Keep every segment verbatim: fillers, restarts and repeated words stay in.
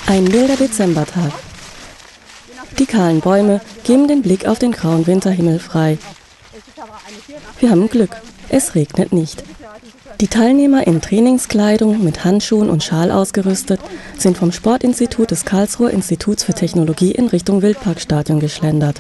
Ein milder Dezembertag. Die kahlen Bäume geben den Blick auf den grauen Winterhimmel frei. Wir haben Glück, es regnet nicht. Die Teilnehmer in Trainingskleidung mit Handschuhen und Schal ausgerüstet sind vom Sportinstitut des Karlsruher Instituts für Technologie in Richtung Wildparkstadion geschlendert.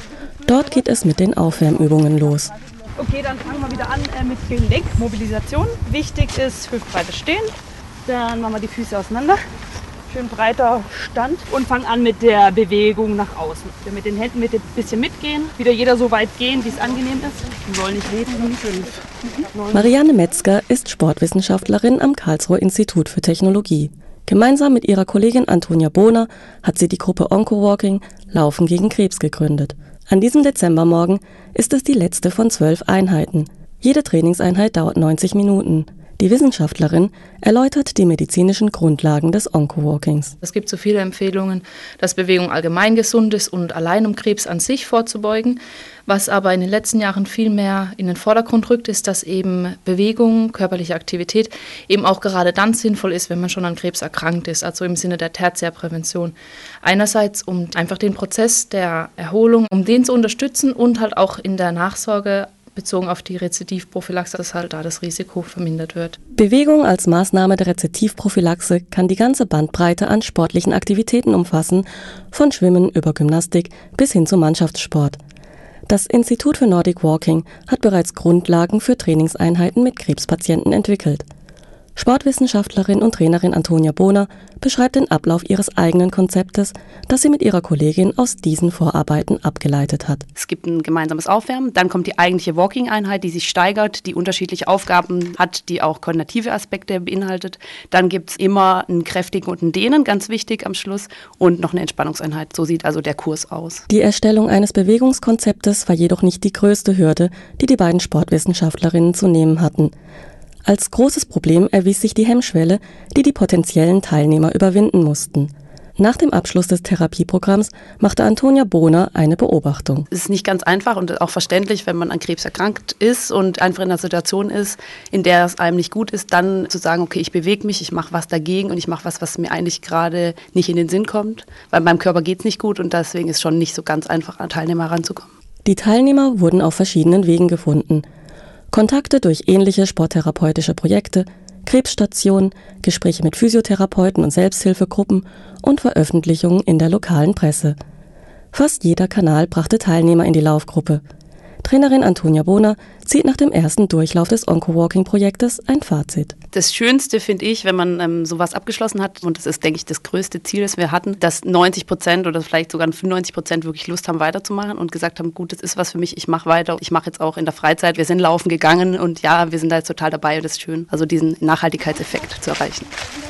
Dort geht es mit den Aufwärmübungen los. Okay, dann fangen wir wieder an äh, mit Gelenkmobilisation. Wichtig ist hüftbreites Stehen. Dann machen wir die Füße auseinander. Schön breiter Stand und fangen an mit der Bewegung nach außen. Wir mit den Händen mit ein bisschen mitgehen. Wieder jeder so weit gehen, wie es angenehm ist. Wir wollen nicht reden. Fünf. Marianne Metzger ist Sportwissenschaftlerin am Karlsruher Institut für Technologie. Gemeinsam mit ihrer Kollegin Antonia Bohner hat sie die Gruppe Onco-Walking Laufen gegen Krebs gegründet. An diesem Dezembermorgen ist es die letzte von zwölf Einheiten. Jede Trainingseinheit dauert neunzig Minuten. Die Wissenschaftlerin erläutert die medizinischen Grundlagen des Onco-Walkings. Es gibt so viele Empfehlungen, dass Bewegung allgemein gesund ist und allein um Krebs an sich vorzubeugen. Was aber in den letzten Jahren viel mehr in den Vordergrund rückt, ist, dass eben Bewegung, körperliche Aktivität eben auch gerade dann sinnvoll ist, wenn man schon an Krebs erkrankt ist, also im Sinne der Tertiärprävention. Einerseits, um einfach den Prozess der Erholung, um den zu unterstützen und halt auch in der Nachsorge bezogen auf die Rezidivprophylaxe, dass halt da das Risiko vermindert wird. Bewegung als Maßnahme der Rezidivprophylaxe kann die ganze Bandbreite an sportlichen Aktivitäten umfassen, von Schwimmen über Gymnastik bis hin zum Mannschaftssport. Das Institut für Nordic Walking hat bereits Grundlagen für Trainingseinheiten mit Krebspatienten entwickelt. Sportwissenschaftlerin und Trainerin Antonia Bohner beschreibt den Ablauf ihres eigenen Konzeptes, das sie mit ihrer Kollegin aus diesen Vorarbeiten abgeleitet hat. Es gibt ein gemeinsames Aufwärmen, dann kommt die eigentliche Walking-Einheit, die sich steigert, die unterschiedliche Aufgaben hat, die auch koordinative Aspekte beinhaltet. Dann gibt es immer einen kräftigen und einen Dehnen, ganz wichtig am Schluss, und noch eine Entspannungseinheit. So sieht also der Kurs aus. Die Erstellung eines Bewegungskonzeptes war jedoch nicht die größte Hürde, die die beiden Sportwissenschaftlerinnen zu nehmen hatten. Als großes Problem erwies sich die Hemmschwelle, die die potenziellen Teilnehmer überwinden mussten. Nach dem Abschluss des Therapieprogramms machte Antonia Bohner eine Beobachtung. Es ist nicht ganz einfach und auch verständlich, wenn man an Krebs erkrankt ist und einfach in einer Situation ist, in der es einem nicht gut ist, dann zu sagen, okay, ich bewege mich, ich mache was dagegen und ich mache was, was mir eigentlich gerade nicht in den Sinn kommt, weil meinem Körper geht es nicht gut und deswegen ist es schon nicht so ganz einfach, an Teilnehmer ranzukommen. Die Teilnehmer wurden auf verschiedenen Wegen gefunden. Kontakte durch ähnliche sporttherapeutische Projekte, Krebsstationen, Gespräche mit Physiotherapeuten und Selbsthilfegruppen und Veröffentlichungen in der lokalen Presse. Fast jeder Kanal brachte Teilnehmer in die Laufgruppe. Trainerin Antonia Bohner zieht nach dem ersten Durchlauf des Onco-Walking-Projektes ein Fazit. Das Schönste finde ich, wenn man ähm, sowas abgeschlossen hat, und das ist, denke ich, das größte Ziel, das wir hatten, dass neunzig Prozent oder vielleicht sogar fünfundneunzig Prozent wirklich Lust haben, weiterzumachen und gesagt haben, gut, das ist was für mich, ich mache weiter. Ich mache jetzt auch in der Freizeit, wir sind laufen gegangen und ja, wir sind da jetzt total dabei und das ist schön, also diesen Nachhaltigkeitseffekt zu erreichen.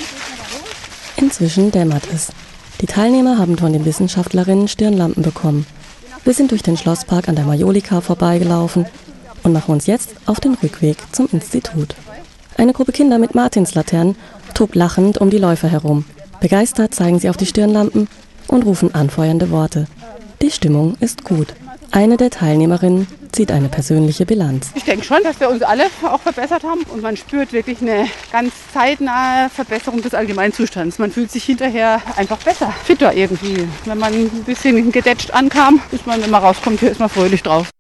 Inzwischen dämmert es. Die Teilnehmer haben von den Wissenschaftlerinnen Stirnlampen bekommen. Wir sind durch den Schlosspark an der Majolika vorbeigelaufen und machen uns jetzt auf den Rückweg zum Institut. Eine Gruppe Kinder mit Martinslaternen tobt lachend um die Läufer herum. Begeistert zeigen sie auf die Stirnlampen und rufen anfeuernde Worte. Die Stimmung ist gut. Eine der Teilnehmerinnen zieht eine persönliche Bilanz. Ich denke schon, dass wir uns alle auch verbessert haben und man spürt wirklich eine ganz zeitnahe Verbesserung des Allgemeinzustands. Man fühlt sich hinterher einfach besser, fitter irgendwie. Wenn man ein bisschen gedetscht ankam, ist man, wenn man rauskommt, hier ist man fröhlich drauf.